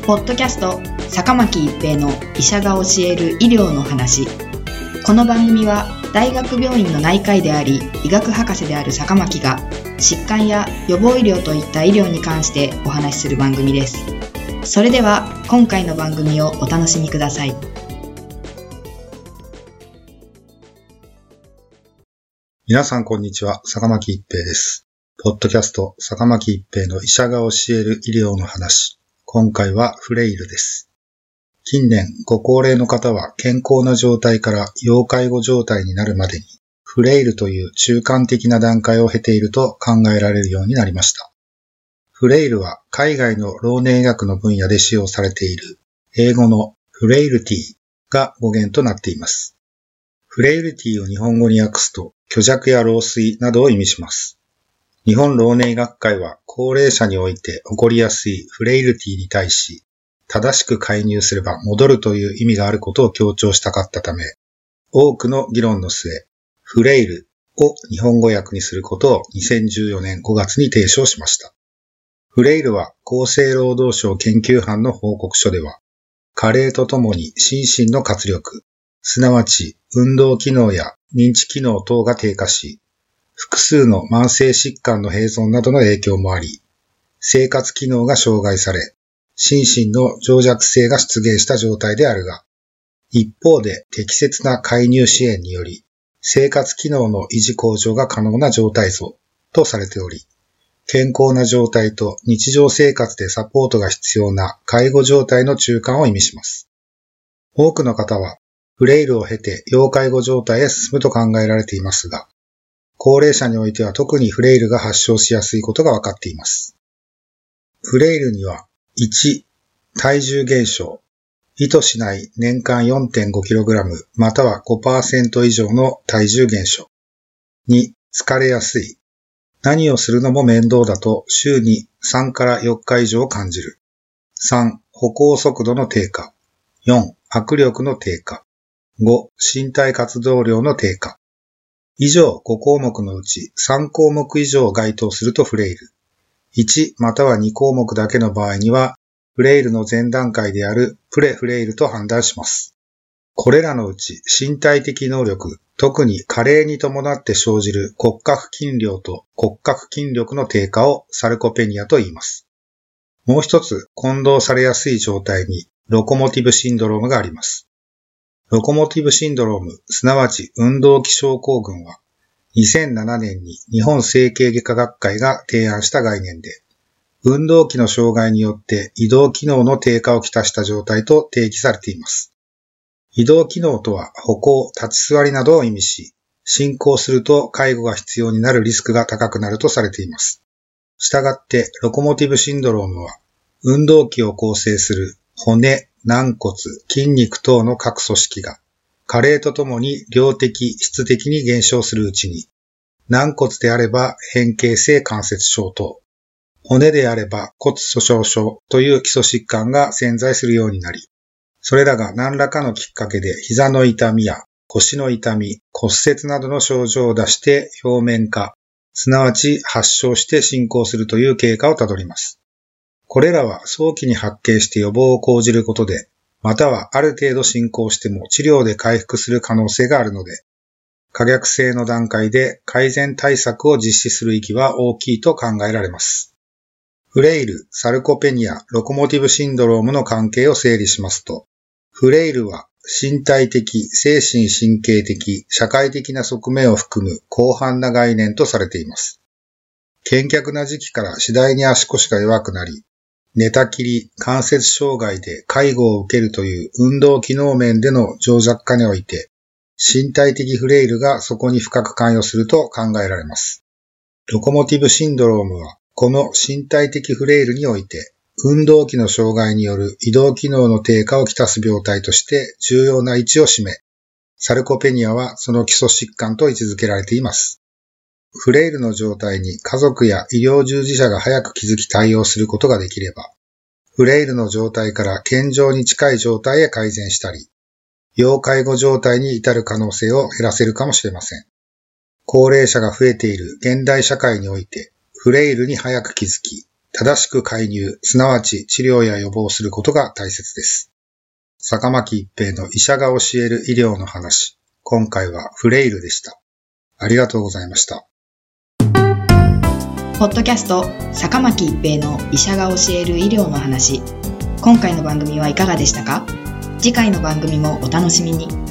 ポッドキャスト坂巻一平の医者が教える医療の話。この番組は大学病院の内科医であり医学博士である坂巻が疾患や予防医療といった医療に関してお話しする番組です。それでは今回の番組をお楽しみください。 皆さんこんにちは、坂巻一平です。ポッドキャスト坂巻一平の医者が教える医療の話。今回はフレイルです。近年、ご高齢の方は健康な状態から要介護状態になるまでに、フレイルという中間的な段階を経ていると考えられるようになりました。フレイルは海外の老年医学の分野で使用されている英語のフレイルティが語源となっています。フレイルティを日本語に訳すと、虚弱や老衰などを意味します。日本老年医学会は高齢者において起こりやすいフレイルティに対し、正しく介入すれば戻るという意味があることを強調したかったため、多くの議論の末、フレイルを日本語訳にすることを2014年5月に提唱しました。フレイルは厚生労働省研究班の報告書では、加齢とともに心身の活力、すなわち運動機能や認知機能等が低下し、複数の慢性疾患の併存などの影響もあり、生活機能が障害され、心身の脆弱性が出現した状態であるが、一方で適切な介入支援により、生活機能の維持向上が可能な状態像とされており、健康な状態と日常生活でサポートが必要な介護状態の中間を意味します。多くの方は、フレイルを経て要介護状態へ進むと考えられていますが、高齢者においては特にフレイルが発症しやすいことが分かっています。フレイルには、1、体重減少、意図しない年間 4.5kg または 5% 以上の体重減少。2、疲れやすい。何をするのも面倒だと週に3から4日以上感じる。3、歩行速度の低下。4、握力の低下。5、身体活動量の低下。以上5項目のうち3項目以上該当するとフレイル。1または2項目だけの場合には、フレイルの前段階であるプレフレイルと判断します。これらのうち身体的能力、特に加齢に伴って生じる骨格筋量と骨格筋力の低下をサルコペニアと言います。もう一つ混同されやすい状態にロコモティブシンドロームがあります。ロコモティブシンドローム、すなわち運動器症候群は、2007年に日本整形外科学会が提案した概念で、運動器の障害によって移動機能の低下をきたした状態と定義されています。移動機能とは歩行、立ち座りなどを意味し、進行すると介護が必要になるリスクが高くなるとされています。したがって、ロコモティブシンドロームは、運動器を構成する骨、軟骨、筋肉等の各組織が、加齢とともに量的、質的に減少するうちに、軟骨であれば変形性関節症等、骨であれば骨粗鬆症という基礎疾患が潜在するようになり、それらが何らかのきっかけで膝の痛みや腰の痛み、骨折などの症状を出して表面化、すなわち発症して進行するという経過をたどります。これらは早期に発見して予防を講じることで、またはある程度進行しても治療で回復する可能性があるので、可逆性の段階で改善対策を実施する意義は大きいと考えられます。フレイル、サルコペニア、ロコモティブシンドロームの関係を整理しますと、フレイルは身体的、精神神経的、社会的な側面を含む広範な概念とされています。健脚な時期から次第に足腰が弱くなり、寝たきり、関節障害で介護を受けるという運動機能面での脆弱化において、身体的フレイルがそこに深く関与すると考えられます。ロコモティブシンドロームは、この身体的フレイルにおいて、運動器の障害による移動機能の低下をきたす病態として重要な位置を占め、サルコペニアはその基礎疾患と位置づけられています。フレイルの状態に家族や医療従事者が早く気づき対応することができれば、フレイルの状態から健常に近い状態へ改善したり、要介護状態に至る可能性を減らせるかもしれません。高齢者が増えている現代社会において、フレイルに早く気づき、 正しく介入、すなわち治療や予防することが大切です。坂巻一平の医者が教える医療の話。今回はフレイルでした。ありがとうございました。 ポッドキャスト坂巻一平の医者が教える医療の話。今回の番組はいかがでしたか？次回の番組もお楽しみに。